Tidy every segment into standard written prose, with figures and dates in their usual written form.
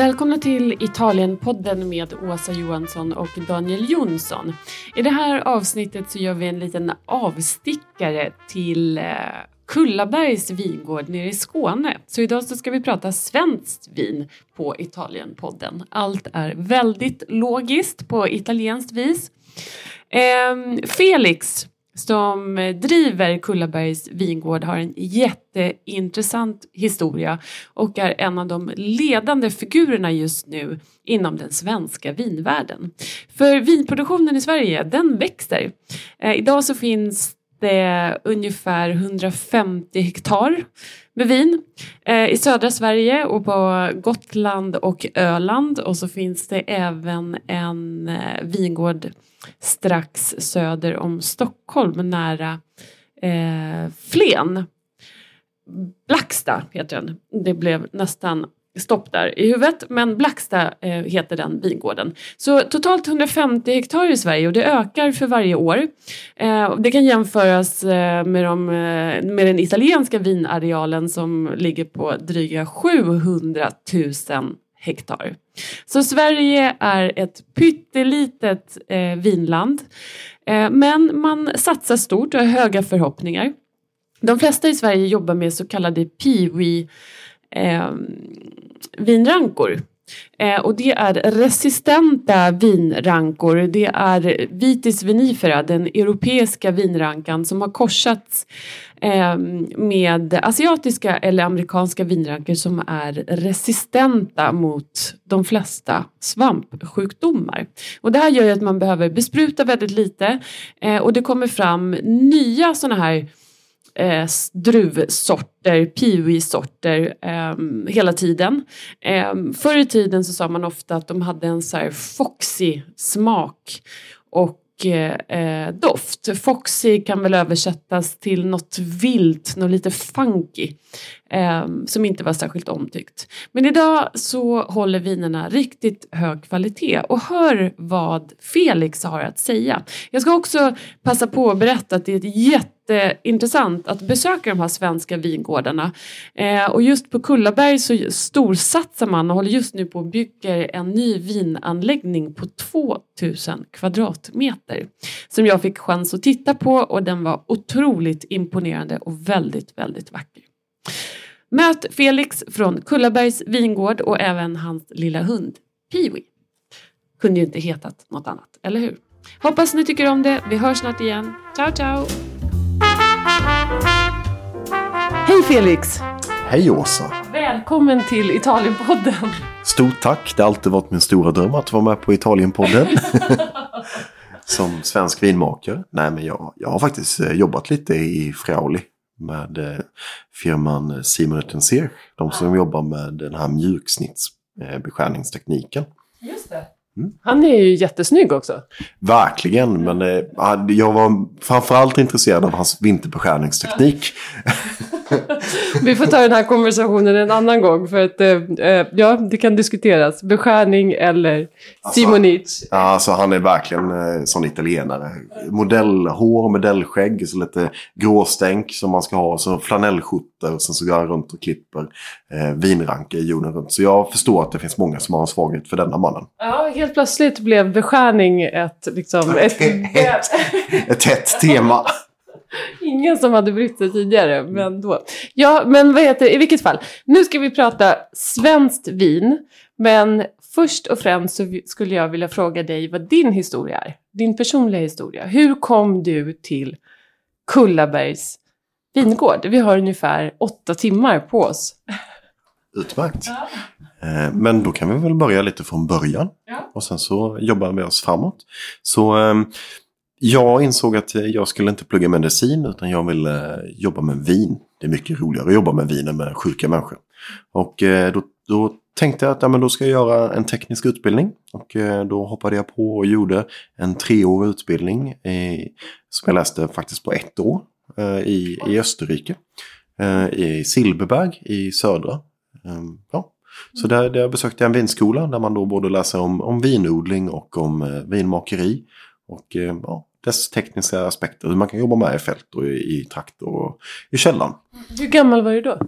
Välkomna till Italienpodden med Åsa Johansson och Daniel Jonsson. I det här avsnittet så gör vi en liten avstickare till Kullabergs vingård nere i Skåne. Så idag så ska vi prata svenskt vin på Italienpodden. Allt är väldigt logiskt på italienskt vis. Felix som driver Kullabergs vingård har en jätteintressant historia och är en av de ledande figurerna just nu inom den svenska vinvärlden. För vinproduktionen i Sverige, den växer. Idag så finns det ungefär 150 hektar med vin i södra Sverige och på Gotland och Öland. Och så finns det även en vingård strax söder om Stockholm nära Flen. Blacksta heter den. Det blev nästan stopp där i huvudet, men Blacksta heter den vingården. Så totalt 150 hektar i Sverige och det ökar för varje år. Det kan jämföras med den italienska vinarealen som ligger på dryga 700 000 hektar. Så Sverige är ett pyttelitet vinland, men man satsar stort och har höga förhoppningar. De flesta i Sverige jobbar med så kallade Piwi vinrankor. Och det är resistenta vinrankor. Det är Vitis vinifera, den europeiska vinrankan som har korsats med asiatiska eller amerikanska vinrankor som är resistenta mot de flesta svampsjukdomar. Och det här gör ju att man behöver bespruta väldigt lite och det kommer fram nya sådana här druvsorter, piwi-sorter hela tiden. Förr i tiden så sa man ofta att de hade en så här foxy smak och doft. Foxy kan väl översättas till något vilt, något lite funky som inte var särskilt omtyckt. Men idag så håller vinerna riktigt hög kvalitet och hör vad Felix har att säga. Jag ska också passa på att berätta att det är jätteintressant att besöka de här svenska vingårdarna. Och just på Kullaberg så storsatsar man och håller just nu på att bygga en ny vinanläggning på 2000 kvadratmeter. Som jag fick chans att titta på och den var otroligt imponerande och väldigt, väldigt vacker. Möt Felix från Kullabergs vingård och även hans lilla hund Piwi. Kunde ju inte hetat något annat, eller hur? Hoppas ni tycker om det. Vi hörs snart igen. Ciao, ciao! Hej Felix! Hej Åsa! Välkommen till Italienpodden! Stort tack! Det har alltid varit min stora dröm att vara med på Italienpodden. Som svensk vinmakare. Nej, men jag har faktiskt jobbat lite i Friuli med firman Simon & Serge. De som jobbar med den här mjuksnittsbeskärningstekniken. Just det. Han är ju jättesnygg också. Verkligen, men jag var framförallt intresserad av hans vinterbeskärningsteknik. Vi får ta den här konversationen en annan gång för att det kan diskuteras. Beskärning eller Simonic. Alltså han är verkligen sån italienare. Modellhår, modellskägg, så lite gråstänk som man ska ha, så flanellskjortor och sen så går han runt och klipper vinranker i jorden runt. Så jag förstår att det finns många som har en svaghet för denna mannen. Ja, helt plötsligt blev beskärning ett hett tema. Ingen som hade brytt sig tidigare, men då. Ja, men vad heter det? I vilket fall? Nu ska vi prata svenskt vin, men först och främst så skulle jag vilja fråga dig vad din historia är. Din personliga historia. Hur kom du till Kullabergs vingård? Vi har ungefär 8 timmar på oss. Utmärkt. Ja. Men då kan vi väl börja lite från början. Ja. Och sen så jobbar vi oss framåt. Så jag insåg att jag skulle inte plugga medicin utan jag ville jobba med vin. Det är mycket roligare att jobba med vin än med sjuka människor. Och då tänkte jag att då ska jag göra en teknisk utbildning. Och då hoppade jag på och gjorde en 3-årig utbildning som jag läste faktiskt på 1 år i Österrike. I Silberberg i södra. Så där besökte jag en vinskola där man då både läser om vinodling och om vinmakeri. Och dess tekniska aspekter. Hur man kan jobba med i fält och i trakt och i källan. Hur gammal var du då?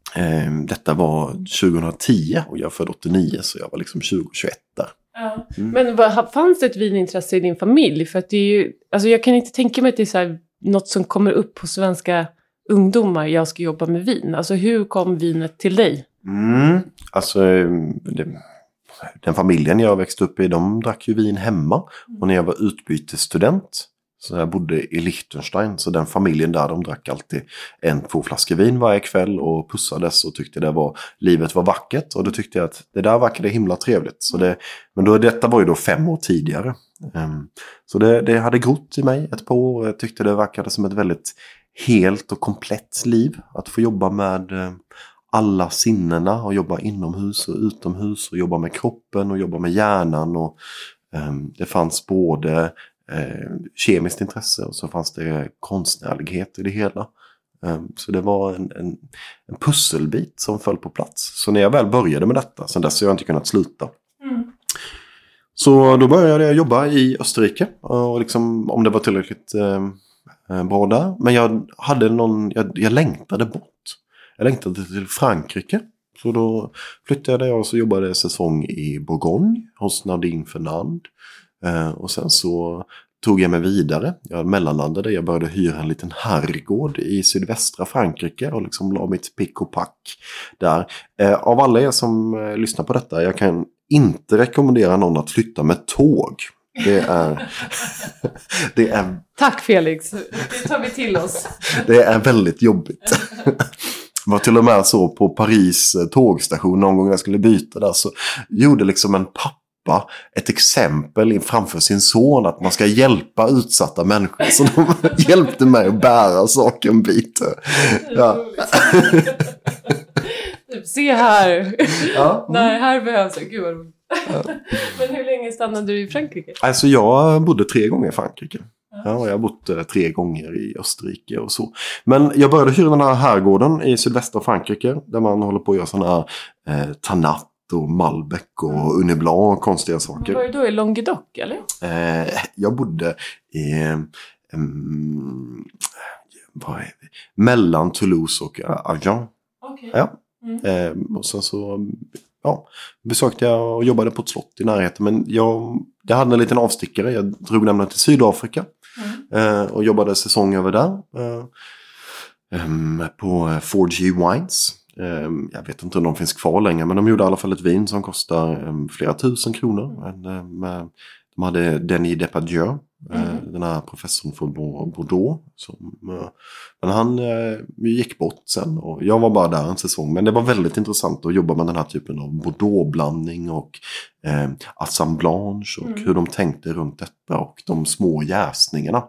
Detta var 2010 och jag är född 89 så jag var liksom 20-21 där. Ja. Men fanns det ett vinintresse i din familj? För att det är ju, alltså jag kan inte tänka mig att det är så här, något som kommer upp på svenska ungdomar, jag ska jobba med vin. Alltså hur kom vinet till dig? Alltså den familjen jag växte upp i, de drack ju vin hemma. Och när jag var utbytesstudent så jag bodde i Liechtenstein. Så den familjen där, de drack alltid 1-2 flaskor vin varje kväll och pussades och tyckte livet var vackert. Och då tyckte jag att det där verkade himla trevligt. Men detta var ju då 5 år tidigare. Så det hade grott i mig ett par år. Jag tyckte det verkade som ett väldigt helt och komplett liv. Att få jobba med alla sinnena och jobba inomhus och utomhus och jobba med kroppen och jobba med hjärnan. Och det fanns både kemiskt intresse och så fanns det konstnärlighet i det hela. Så det var en pusselbit som föll på plats. Så när jag väl började med detta, sen dess har jag inte kunnat sluta. Så då började jag jobba i Österrike och liksom, om det var tillräckligt bra där. Men jag längtade bort. Jag längtade till Frankrike. Så då flyttade jag och så jobbade jag säsong i Bourgogne hos Nadine Fernand. Och sen så tog jag mig vidare. Jag mellanlandade. Jag började hyra en liten herrgård i sydvästra Frankrike och liksom la mitt pick och pack där. Av alla er som lyssnar på detta, jag kan inte rekommendera någon att flytta med tåg. Det är... Tack Felix, det tar vi till oss. Det är väldigt jobbigt. Det var till och med så på Paris tågstation någon gång jag skulle byta där så gjorde liksom en pappa ett exempel framför sin son att man ska hjälpa utsatta människor. Så de hjälpte mig att bära saken en bit. Ja. Se här. Ja. Nej, här behövs det. Gud vad roligt. Ja. Men hur länge stannade du i Frankrike? Alltså jag bodde 3 gånger i Frankrike. Ja, och jag har bott 3 gånger i Österrike och så. Men jag började hyra den här herrgården i sydvästra Frankrike. Där man håller på att göra sådana här Tanat och Malbec och Uni Blanc och konstiga saker. Var du då i Languedoc eller? Jag bodde i... mellan Toulouse och Agen. Okay. Ja. Och sen så besökte jag och jobbade på ett slott i närheten. Men jag hade en liten avstickare. Jag drog nämligen till Sydafrika. Och jobbade säsong över där. På 4G Wines. Jag vet inte om de finns kvar längre. Men de gjorde i alla fall ett vin som kostar flera tusen kronor. De hade Denis Depardieu. Den här professorn från Bordeaux. Men han gick bort sen. Och jag var bara där en säsong. Men det var väldigt intressant att jobba med den här typen av Bordeaux-blandning. Och assemblage. Och hur de tänkte runt detta. Och de små jäsningarna.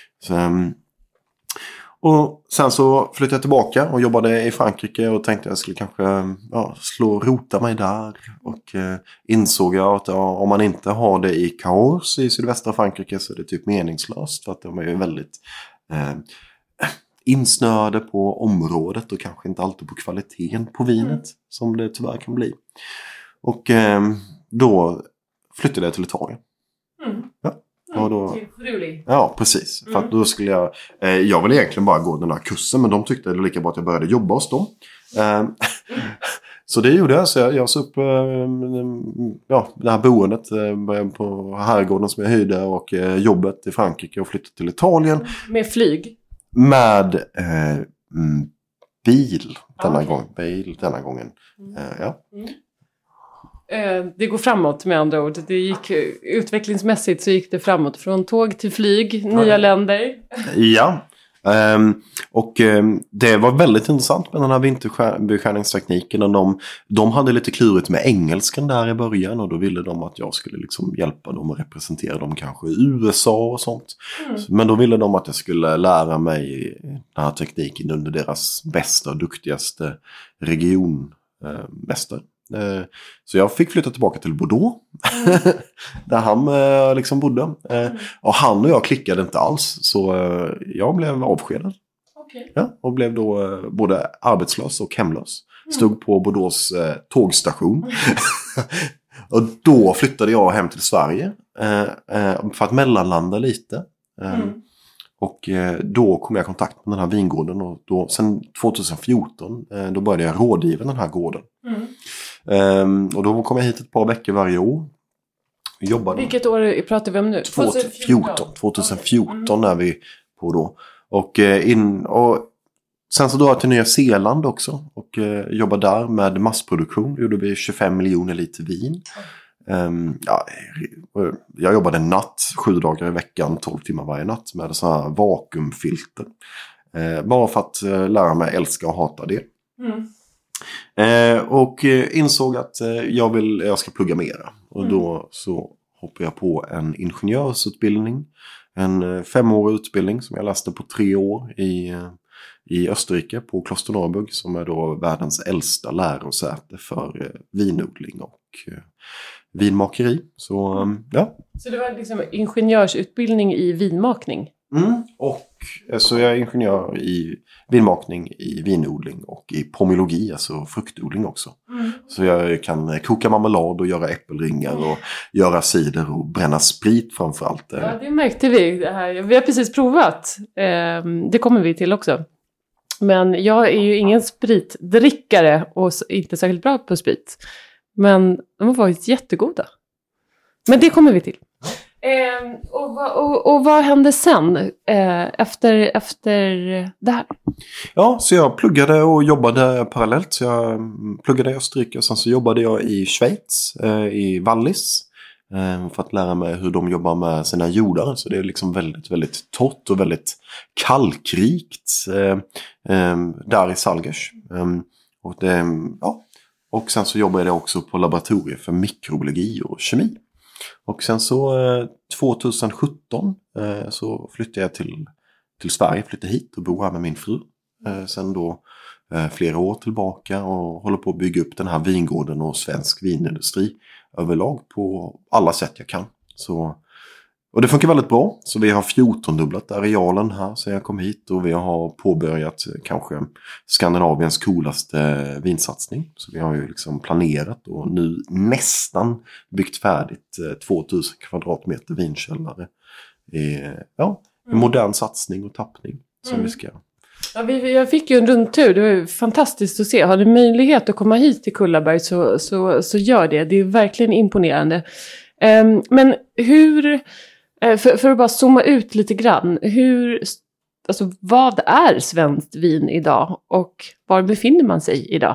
Och sen så flyttade jag tillbaka och jobbade i Frankrike och tänkte att jag skulle kanske rota mig där. Och insåg jag att om man inte har det i Cahors i sydvästra Frankrike så är det typ meningslöst. För att de är ju väldigt insnöade på området och kanske inte alltid på kvaliteten på vinet som det tyvärr kan bli. Och då flyttade jag till Italien. Ja. Ja, precis. För att då skulle jag ville egentligen bara gå den här kursen, men de tyckte det var lika bra att jag började jobba hos dem. Så det gjorde jag. Så jag såg upp det här boendet på herrgården som jag hyrde och jobbet i Frankrike och flyttade till Italien. Med flyg? Med bil denna gången. Ja. Det går framåt med andra ord. Det gick utvecklingsmässigt så gick det framåt från tåg till flyg, nya länder. Ja. Och det var väldigt intressant med den här vinterbeskärningstekniken. De hade lite klurigt med engelskan där i början och då ville de att jag skulle liksom hjälpa dem och representera dem kanske i USA och sånt. Men då ville de att jag skulle lära mig den här tekniken under deras bästa och duktigaste regionmästare. Så jag fick flytta tillbaka till Bordeaux. Där han liksom bodde. Och han och jag klickade inte alls. Så jag blev avskedad. Okay. Ja, och blev då både arbetslös och hemlös. Stod på Bordeaux tågstation. Och då flyttade jag hem till Sverige. För att mellanlanda lite. Och då kom jag i kontakt med den här vingården. Och då, sen 2014 då började jag rådgiva den här gården. Och då kom jag hit ett par veckor varje år. Vilket år pratar vi om nu? 2014 är vi på då. Och sen så då till Nya Zeeland också. Och jobbade där med massproduktion. Då gjorde vi 25 miljoner liter vin. Jag jobbade natt 7 dagar i veckan, 12 timmar varje natt med så här vakuumfilter. Bara för att lära mig älska och hata det. Och insåg att jag ska plugga mera. Och då så hoppade jag på en ingenjörsutbildning. En 5-årig utbildning som jag läste på 3 år i Österrike på Klosterneuburg, som är då världens äldsta lärosäte för vinodling och vinmakeri. Så Så det var liksom ingenjörsutbildning i vinmakning? Och så jag är ingenjör i vinmakning, i vinodling och i pomologi, alltså fruktodling också. Så jag kan koka marmelad och göra äppelringar och göra cider och bränna sprit framförallt. Ja, det märkte vi. Det här. Vi har precis provat. Det kommer vi till också. Men jag är ju ingen spritdrickare och inte särskilt bra på sprit. Men de har varit jättegoda. Men det kommer vi till. Och vad hände sen efter det här? Ja, så jag pluggade och jobbade parallellt. Så jag pluggade i Österrike och sen så jobbade jag i Schweiz, i Wallis. För att lära mig hur de jobbar med sina jordar. Så det är liksom väldigt, väldigt torrt och väldigt kalkrikt där i Salgers. Och sen så jobbade jag också på laboratorier för mikrobiologi och kemi. Och sen så 2017 så flyttade jag till Sverige, flyttade hit och bor här med min fru. Sen då flera år tillbaka och håller på att bygga upp den här vingården och svensk vinindustri överlag på alla sätt jag kan. Och det funkar väldigt bra. Så vi har 14-dubblat arealen här sen jag kom hit. Och vi har påbörjat kanske Skandinaviens coolaste vinsatsning. Så vi har ju liksom planerat och nu nästan byggt färdigt 2000 kvadratmeter vinkällare. En modern satsning och tappning som vi ska. Ja, jag fick ju en rundtur. Det var fantastiskt att se. Har du möjlighet att komma hit till Kullaberg så gör det. Det är verkligen imponerande. Men hur... För att bara zooma ut lite grann. Vad är svenskt vin idag? Och var befinner man sig idag?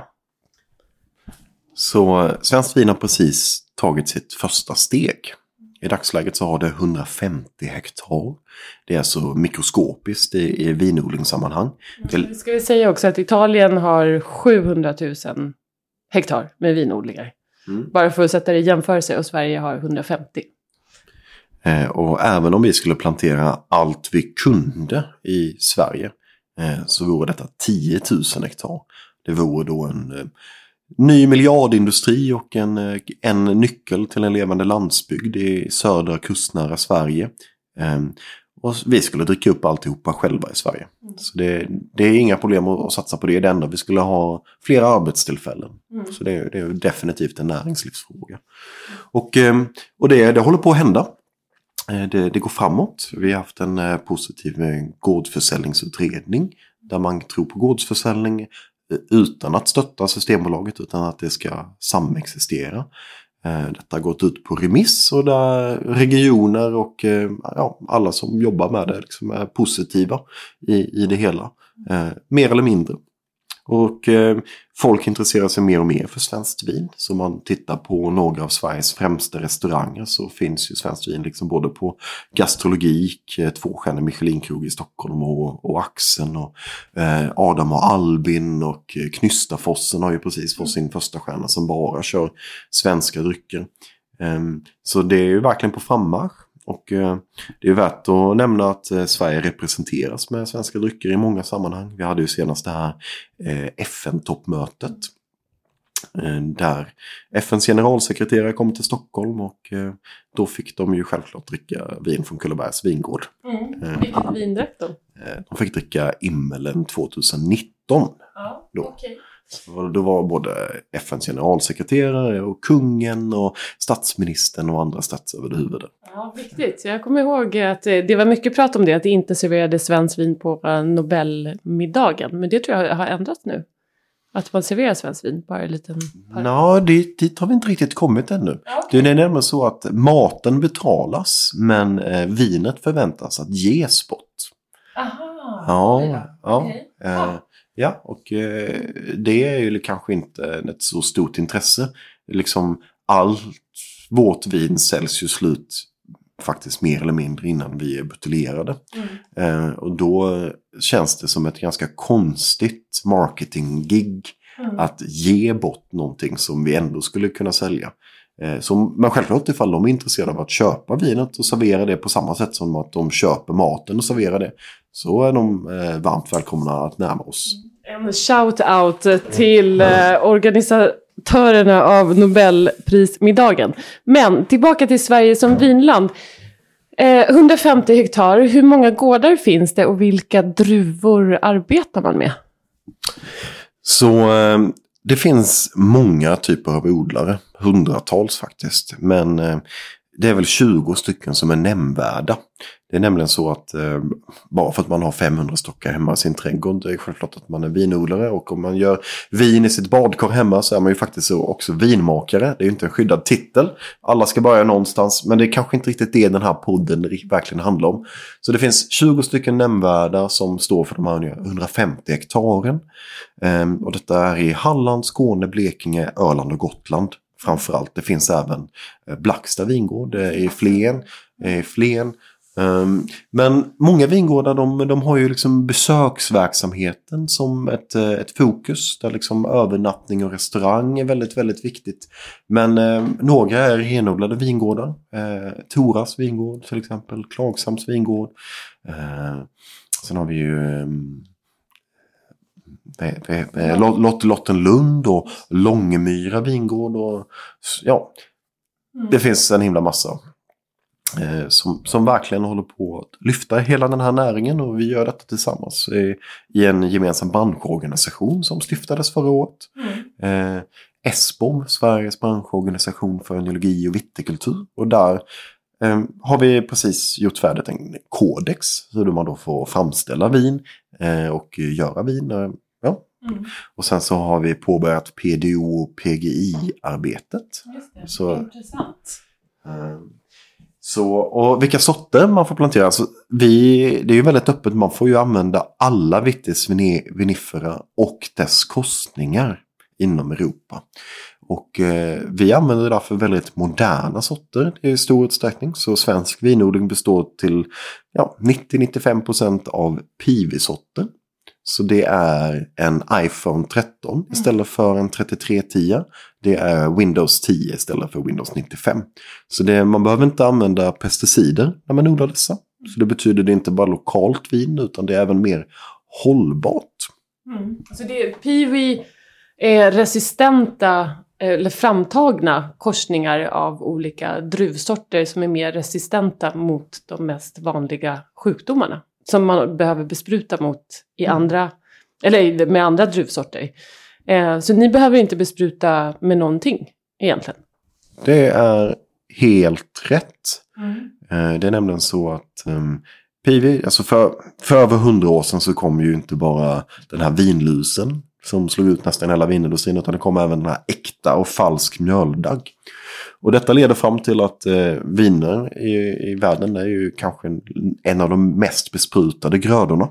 Så svenskt vin har precis tagit sitt första steg. I dagsläget så har det 150 hektar. Det är alltså mikroskopiskt i vinodlingssammanhang. Ska vi säga också att Italien har 700 000 hektar med vinodlingar. Bara för att sätta det i jämförelse, och Sverige har 150. Och även om vi skulle plantera allt vi kunde i Sverige så vore detta 10 000 hektar. Det vore då en ny miljardindustri och en nyckel till en levande landsbygd i södra kustnära Sverige. Och vi skulle dricka upp alltihopa själva i Sverige. Så det är inga problem att satsa på det. Det enda vi skulle ha flera arbetstillfällen. Så det är definitivt en näringslivsfråga. Och det håller på att hända. Det går framåt. Vi har haft en positiv gårdsförsäljningsutredning där man tror på gårdsförsäljning utan att stötta Systembolaget, utan att det ska samexistera. Detta har gått ut på remiss och där regioner och alla som jobbar med det liksom är positiva i det hela. Mer eller mindre. Och folk intresserar sig mer och mer för svenskt vin. Så om man tittar på några av Sveriges främsta restauranger så finns ju svenskt vin liksom både på Gastrologik, 2-stjärnig Michelinkrog i Stockholm och Axen och Adam och Albin och Knystafossen har ju precis fått sin första stjärna som bara kör svenska drycker. Så det är ju verkligen på frammarsch. Och det är värt att nämna att Sverige representeras med svenska drycker i många sammanhang. Vi hade ju senast det här FN-toppmötet där FNs generalsekreterare kom till Stockholm och då fick de ju självklart dricka vin från Kullabergs vingård. Vilket vin drack de? De fick dricka Immelen 2019. Ja, okej. Och det var både FNs generalsekreterare och kungen och statsministern och andra statsöverhuvuden. Ja, viktigt. Jag kommer ihåg att det var mycket prat om det, att det inte serverades svenskt vin på Nobelmiddagen. Men det tror jag har ändrats nu. Att man serverar svenskt vin, bara en liten... Ja, dit har vi inte riktigt kommit ännu. Okay. Det är nämligen så att maten betalas, men vinet förväntas att ges bort. Aha. Ja, och det är ju kanske inte ett så stort intresse. Liksom allt vårt vin säljs ju slut faktiskt mer eller mindre innan vi är buteljerade. Och då känns det som ett ganska konstigt marketing-gig att ge bort någonting som vi ändå skulle kunna sälja. Men självklart ifall de är intresserade av att köpa vinet och servera det på samma sätt som att de köper maten och serverar det, så är de varmt välkomna att närma oss. En shout-out till organisatörerna av Nobelprismiddagen. Men tillbaka till Sverige som vinland. 150 hektar, hur många gårdar finns det och vilka druvor arbetar man med? Så det finns många typer av odlare, hundratals faktiskt, men det är väl 20 stycken som är nämnvärda. Det är nämligen så att bara för att man har 500 stockar hemma i sin trädgård, det är självklart att man är vinodlare, och om man gör vin i sitt badkar hemma så är man ju faktiskt också vinmakare. Det är ju inte en skyddad titel. Alla ska börja någonstans, men det är kanske inte riktigt det den här podden verkligen handlar om. Så det finns 20 stycken nämnvärda som står för de här 150 hektaren. Och detta är i Halland, Skåne, Blekinge, Öland och Gotland. Framförallt. Det finns även Blacksta vingård, det är Flen. Men många vingårdar de har ju liksom besöksverksamheten som ett fokus, där liksom övernattning och restaurang är väldigt, väldigt viktigt. Men några är renodlade vingårdar. Toras vingård till exempel, Klagsams vingård. Sen har vi ju Lottenlund och Långemyra vingård och ja, det finns en himla massa som verkligen håller på att lyfta hela den här näringen, och vi gör detta tillsammans i en gemensam branschorganisation som stiftades förra året. ESBOM, Sveriges branschorganisation för enologi och vitikultur, och där har vi precis gjort färdigt en kodex hur man då får framställa vin och göra vin. Ja. Och sen så har vi påbörjat PDO och PGI-arbetet. Just det, intressant. Och vilka sorter man får plantera. Alltså, det är ju väldigt öppet. Man får ju använda alla vitis vinifera och dess korsningar inom Europa. Och vi använder därför väldigt moderna sorter i stor utsträckning. Så svensk vinodling består till 90-95% av PIVI-sorter. Så det är en iPhone 13 istället för en 3310. Det är Windows 10 istället för Windows 95. Så man behöver inte använda pesticider när man odlar dessa. Så det betyder det inte bara lokalt vin, utan det är även mer hållbart. Så PIVI är resistenta eller framtagna korsningar av olika druvsorter som är mer resistenta mot de mest vanliga sjukdomarna som man behöver bespruta mot i andra, eller med andra druvsorter. Så ni behöver inte bespruta med någonting egentligen. Det är helt rätt. Det är nämligen så att PIVI, alltså för över 100 år sedan så kom ju inte bara den här vinlusen som slog ut nästan hela vinindustrin, utan det kom även den här äkta och falsk mjöldagg. Och detta leder fram till att viner i världen är ju kanske en av de mest besprutade grödorna.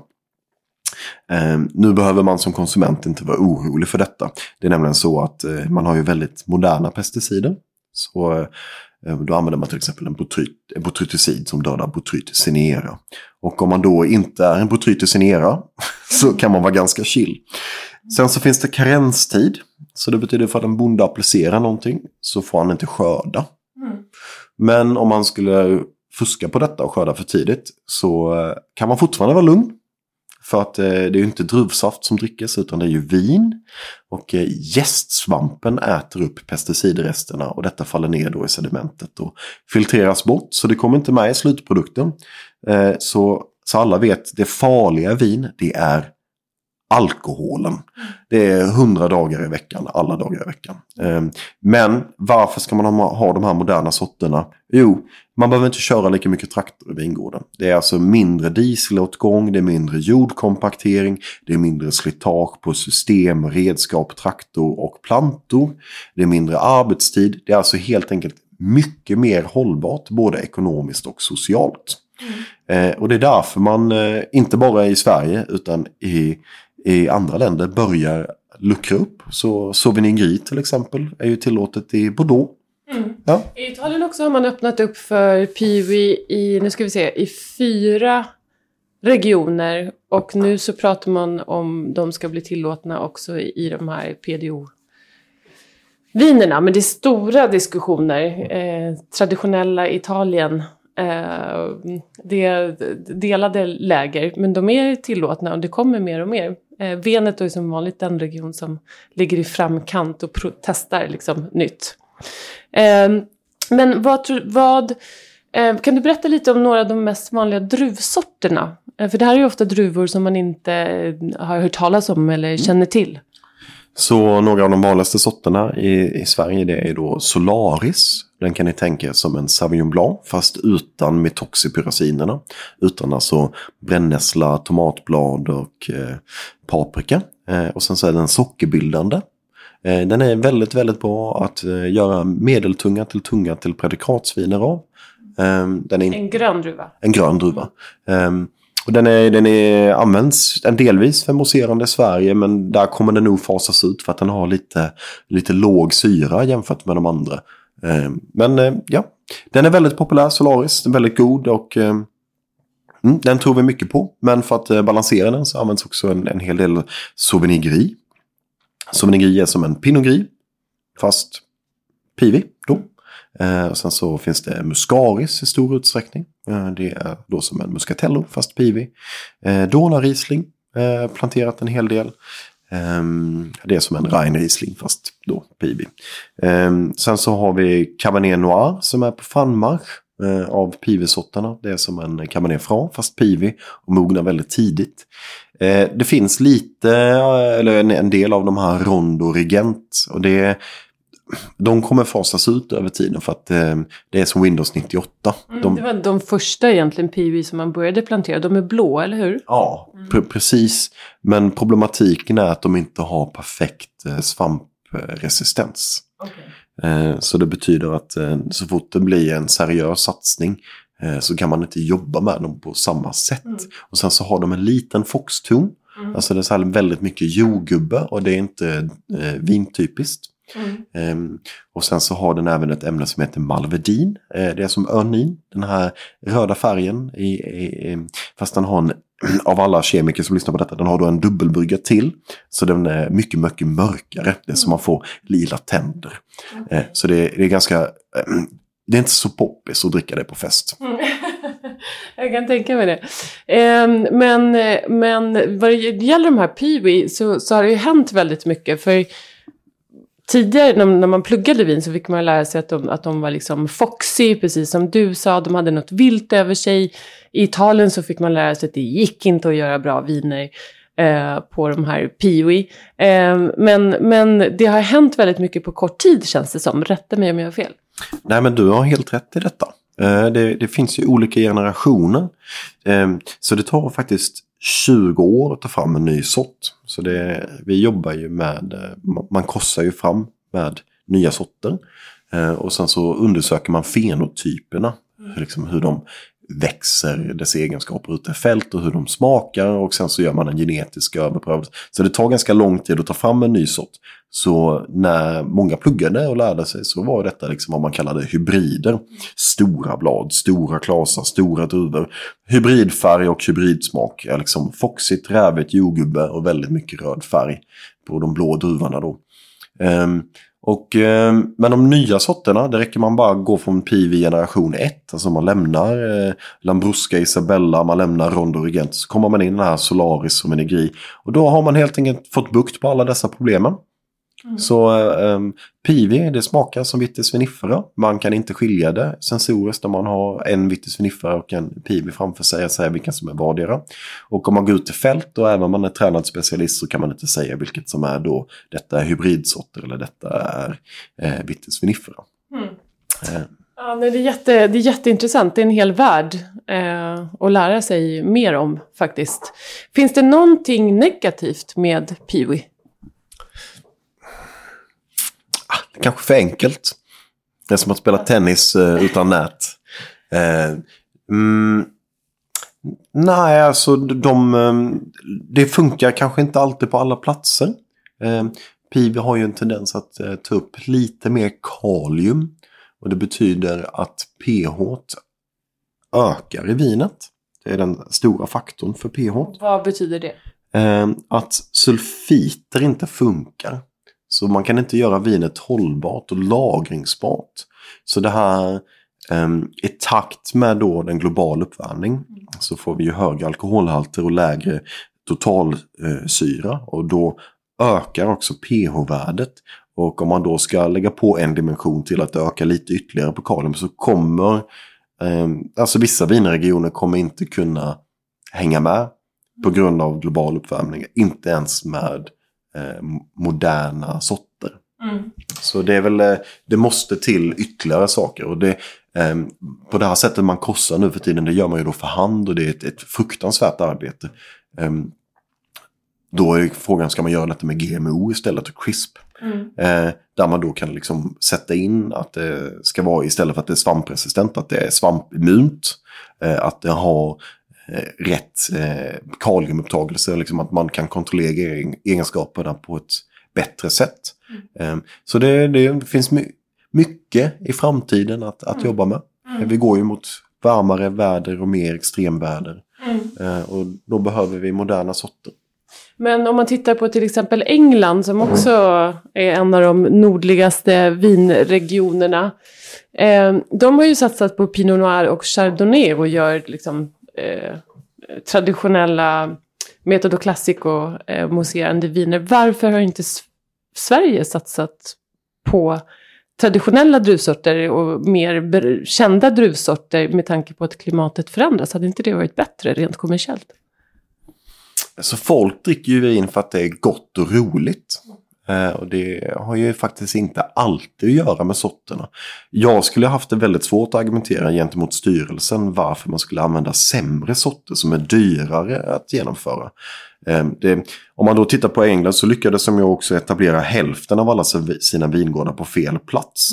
Nu behöver man som konsument inte vara orolig för detta. Det är nämligen så att man har ju väldigt moderna pesticider. Så då använder man till exempel en botryticid som dödar Botrytis cinerea. Och om man då inte är en Botrytis cinerea så kan man vara ganska chill. Sen så finns det karenstid. Så det betyder för att en bonde applicerar någonting så får han inte skörda. Men om man skulle fuska på detta och skörda för tidigt så kan man fortfarande vara lugn. För att det är ju inte druvsaft som drickes, utan det är ju vin. Och jästsvampen äter upp pesticidresterna och detta faller ner då i sedimentet och filtreras bort. Så det kommer inte med i slutprodukten. Så alla vet, det farliga vin, det är alkoholen. Det är 100 dagar i veckan, alla dagar i veckan. Men varför ska man ha de här moderna sorterna? Jo, man behöver inte köra lika mycket traktor i vingården. Det är alltså mindre dieselåtgång, det är mindre jordkompaktering, det är mindre slitage på system, redskap, traktor och plantor. Det är mindre arbetstid. Det är alltså helt enkelt mycket mer hållbart, både ekonomiskt och socialt. Och det är därför man, inte bara i Sverige utan i andra länder, börjar luckra upp. Så Sauvignon Gris till exempel är ju tillåtet i Bordeaux. Ja. I Italien också har man öppnat upp för Piwi i 4 regioner. Och nu så pratar man om de ska bli tillåtna också i de här PDO-vinerna. Men det är stora diskussioner. Traditionella Italien. Det är delade läger, men de är tillåtna och det kommer mer och mer. Veneto är som vanligt den region som ligger i framkant och testar liksom nytt. Men kan du berätta lite om några av de mest vanliga druvsorterna? För det här är ju ofta druvor som man inte har hört talas om eller känner till. Så några av de vanligaste sorterna i Sverige, det är då Solaris. Den kan ni tänka som en Sauvignon Blanc fast utan metoxypyrazinerna. Utan alltså brännässla, tomatblad och paprika. Och sen så är den sockerbildande. Den är väldigt, väldigt bra att göra medeltunga till predikatsviner av. En grön druva. En grön druva. Och den är används delvis för mousserande i Sverige, men där kommer den nog fasas ut för att den har lite låg syra jämfört med de andra. Men ja, den är väldigt populär, Solaris, den är väldigt god och den tror vi mycket på. Men för att balansera den så används också en hel del Sauvignon Gris. Sauvignon Gris är som en Pinot Gris, fast Piwi då. Och sen så finns det Muscaris i stor utsträckning. Det är då som en Muscatello fast Piwi. Dona Riesling, planterat en hel del. Det är som en Rhein Riesling fast då Piwi. Sen så har vi Cabernet Noir som är på frammarsch av Piwi-sorterna. Det är som en Cabernet Franc fast Piwi och mognar väldigt tidigt. Det finns en del av de här Rondo Regent och de kommer fasas ut över tiden för att det är som Windows 98. Det var de första egentligen Piwi som man började plantera. De är blå, eller hur? Ja, precis. Men problematiken är att de inte har perfekt svampresistens. Okay. Så det betyder att så fort det blir en seriös satsning så kan man inte jobba med dem på samma sätt. Och sen så har de en liten foxton. Alltså det är så här väldigt mycket jordgubbe och det är inte vintypiskt. Och sen så har den även ett ämne som heter malvedin. Det är som örnin, den här röda färgen fast den har av alla kemiker som lyssnar på detta, den har då en dubbelbrygga till, så den är mycket, mycket mörkare. Det är som man får lila tänder. Så det är ganska det är inte så poppis att dricka det på fest. Jag kan tänka mig det. Men vad det gäller de här Piwi så har det ju hänt väldigt mycket. För tidigare när man pluggade vin så fick man lära sig att de var liksom foxy, precis som du sa. De hade något vilt över sig. I Italien så fick man lära sig att det gick inte att göra bra viner på de här Piwi. Men det har hänt väldigt mycket på kort tid, känns det som. Rätta mig om jag har fel. Nej, men du har helt rätt i detta. Det finns ju olika generationer. Så det tar faktiskt 20 år att ta fram en ny sort. Så vi jobbar ju man korsar ju fram med nya sorter. Och sen så undersöker man fenotyperna. Liksom hur de växer, dess egenskaper ute i fält och hur de smakar. Och sen så gör man en genetisk överprövning. Så det tar ganska lång tid att ta fram en ny sort. Så när många pluggade och lärde sig så var detta liksom vad man kallade hybrider. Stora blad, stora klasar, stora druvor. Hybridfärg och hybridsmak är liksom foxigt, rävigt, jordgubbe och väldigt mycket röd färg på de blå druvorna då. Men de nya sorterna, det räcker man bara gå från Piwi generation 1. Alltså man lämnar Lambrusca, Isabella, man lämnar Rondo Regent. Så kommer man in i den här Solaris och Sauvignon Gris. Och då har man helt enkelt fått bukt på alla dessa problemen. Så pivi, det smakar som Vitis vinifera. Man kan inte skilja det sensoriskt om man har en Vitis vinifera och en pivi framför sig och säga vilka som är vardera. Och om man går ut i fält och även om man är tränad specialist så kan man inte säga vilket som är då detta är hybridsorter eller detta är Vitis vinifera. Ja, det är jätteintressant. Det är en hel värld att lära sig mer om faktiskt. Finns det någonting negativt med piwi? Kanske för enkelt. Det är som att spela tennis utan nät. Nej, alltså det funkar kanske inte alltid på alla platser. Pivi har ju en tendens att ta upp lite mer kalium. Och det betyder att pH ökar i vinet. Det är den stora faktorn för pH. Vad betyder det? Att sulfiter inte funkar. Så man kan inte göra vinet hållbart och lagringsbart. Så det här i takt med då den globala uppvärmning så får vi ju högre alkoholhalter och lägre totalsyra. Och då ökar också pH-värdet. Och om man då ska lägga på en dimension till att öka lite ytterligare på kalium så kommer alltså vissa vinregioner kommer inte kunna hänga med på grund av global uppvärmning. Inte ens med moderna sorter. Så det är väl, det måste till ytterligare saker och det, på det här sättet man korsar nu för tiden, det gör man ju då för hand och det är ett fruktansvärt arbete. Då är frågan, ska man göra detta med GMO istället och CRISP? Där man då kan liksom sätta in att det ska vara, istället för att det är svampresistent, att det är svampimmunt, att det har rätt kaliumupptagelse, liksom att man kan kontrollera egenskaperna på ett bättre sätt. Så det finns mycket i framtiden att jobba med. Vi går ju mot varmare väder och mer extremväder. Och då behöver vi moderna sorter. Men om man tittar på till exempel England som också är en av de nordligaste vinregionerna. De har ju satsat på Pinot Noir och Chardonnay och gör liksom traditionella Metodo Classico mousserande viner. Varför har inte Sverige satsat på traditionella druvsorter och mer kända druvsorter med tanke på att klimatet förändras? Hade inte det varit bättre rent kommersiellt? Så folk dricker ju vin för att det är gott och roligt. Och det har ju faktiskt inte alltid att göra med sorterna. Jag skulle ha haft det väldigt svårt att argumentera gentemot styrelsen varför man skulle använda sämre sorter som är dyrare att genomföra. Om man då tittar på England så lyckades de ju också etablera hälften av alla sina vingårdar på fel plats.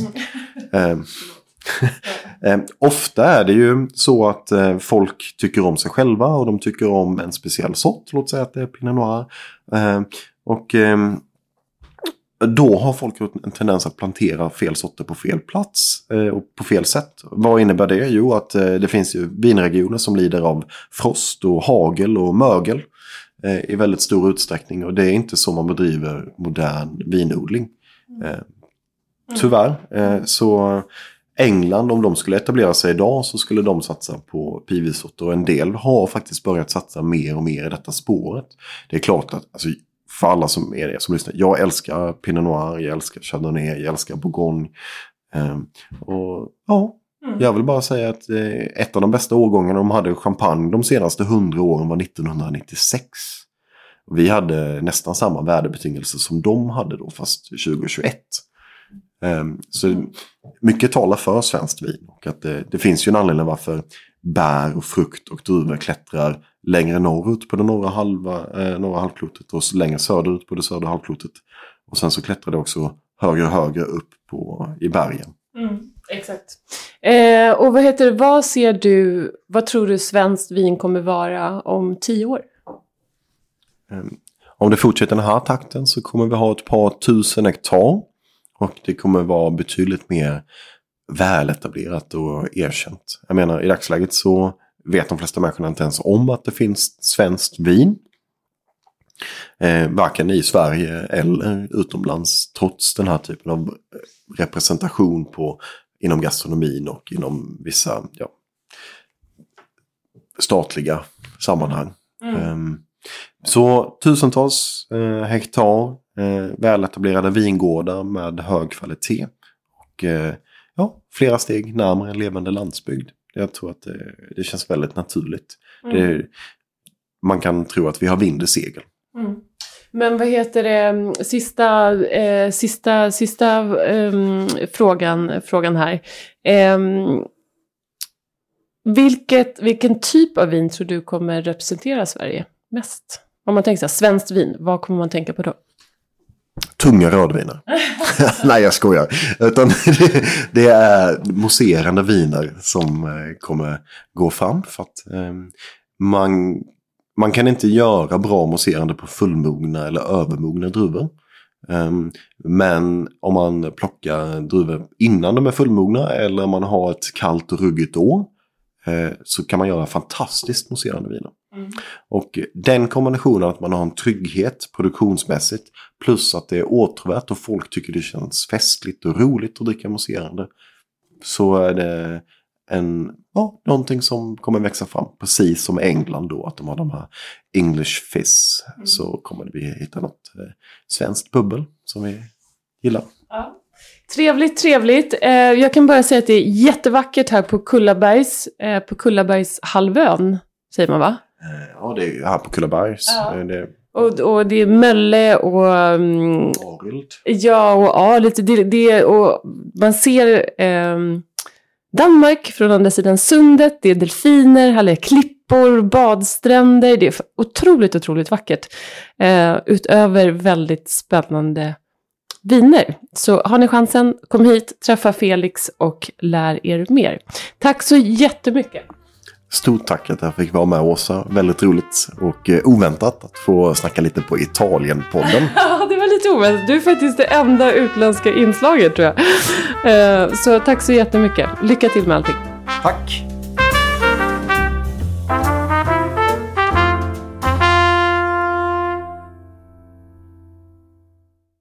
Ofta är det ju så att folk tycker om sig själva och de tycker om en speciell sort. Låt säga att det är Pinot Noir. Och då har folk en tendens att plantera fel sorter på fel plats och på fel sätt. Vad innebär det? Jo, att det finns ju vinregioner som lider av frost och hagel och mögel i väldigt stor utsträckning. Och det är inte så man bedriver modern vinodling. Tyvärr. Så England, om de skulle etablera sig idag så skulle de satsa på pivisorter. Och en del har faktiskt börjat satsa mer och mer i detta spåret. Det är klart att alltså, för alla som är det som lyssnar, jag älskar Pinot Noir, jag älskar Chardonnay, jag älskar Bourgogne. Och ja, jag vill bara säga att ett av de bästa årgångarna de hade champagne de senaste 100 åren var 1996. Vi hade nästan samma värdebetingelser som de hade då, fast 2021. Så mycket talar för svenskt vin och att det finns ju en anledning varför bär och frukt och druvor klättrar längre norrut på det norra halvklotet och längre söderut på det södra halvklotet. Och sen så klättrar det också högre och högre upp i bergen. Exakt. Och vad tror du svenskt vin kommer vara om 10 år? Om det fortsätter den här takten så kommer vi ha ett par tusen hektar. Och det kommer vara betydligt mer väletablerat och erkänt. Jag menar, i dagsläget så vet de flesta människorna inte ens om att det finns svenskt vin. Varken i Sverige eller utomlands, trots den här typen av representation inom gastronomin och inom vissa statliga sammanhang. Så tusentals hektar väletablerade vingårdar med hög kvalitet. Och flera steg närmare en levande landsbygd. Jag tror att det känns väldigt naturligt. Man kan tro att vi har vind i segel. Mm. Men vad heter det, sista frågan här. Vilken typ av vin tror du kommer representera Sverige mest? Om man tänker så här, svenskt vin, vad kommer man tänka på då? Tunga rödviner. Nej, jag skojar. Utan det är mousserande viner som kommer gå fram. För att man kan inte göra bra mousserande på fullmogna eller övermogna druvor. Men om man plockar druvor innan de är fullmogna eller om man har ett kallt och ruggigt år så kan man göra fantastiskt mousserande viner. Och den kombinationen att man har en trygghet produktionsmässigt plus att det är åtråvärt och folk tycker det känns festligt och roligt att dricka mousserande, så är det någonting som kommer växa fram. Precis som England då, att de har de här English fizz, så kommer vi hitta något svenskt bubbel som vi gillar. Ja. Trevligt. Jag kan bara säga att det är jättevackert här på Kullabergshalvön, säger man va? Ja, det är här på Kullabergs. Ja. Och det är Mölle och Arild. Ja, och lite det och man ser Danmark från andra sidan sundet. Det är delfiner, härliga klippor, badstränder. Det är otroligt vackert. Utöver väldigt spännande viner. Så har ni chansen, kom hit, träffa Felix och lär er mer. Tack så jättemycket. Stort tack att jag fick vara med, Åsa. Väldigt roligt och oväntat att få snacka lite på Italien-podden. Ja, det var lite oväntat. Du är faktiskt det enda utländska inslaget, tror jag. Så tack så jättemycket. Lycka till med allting. Tack!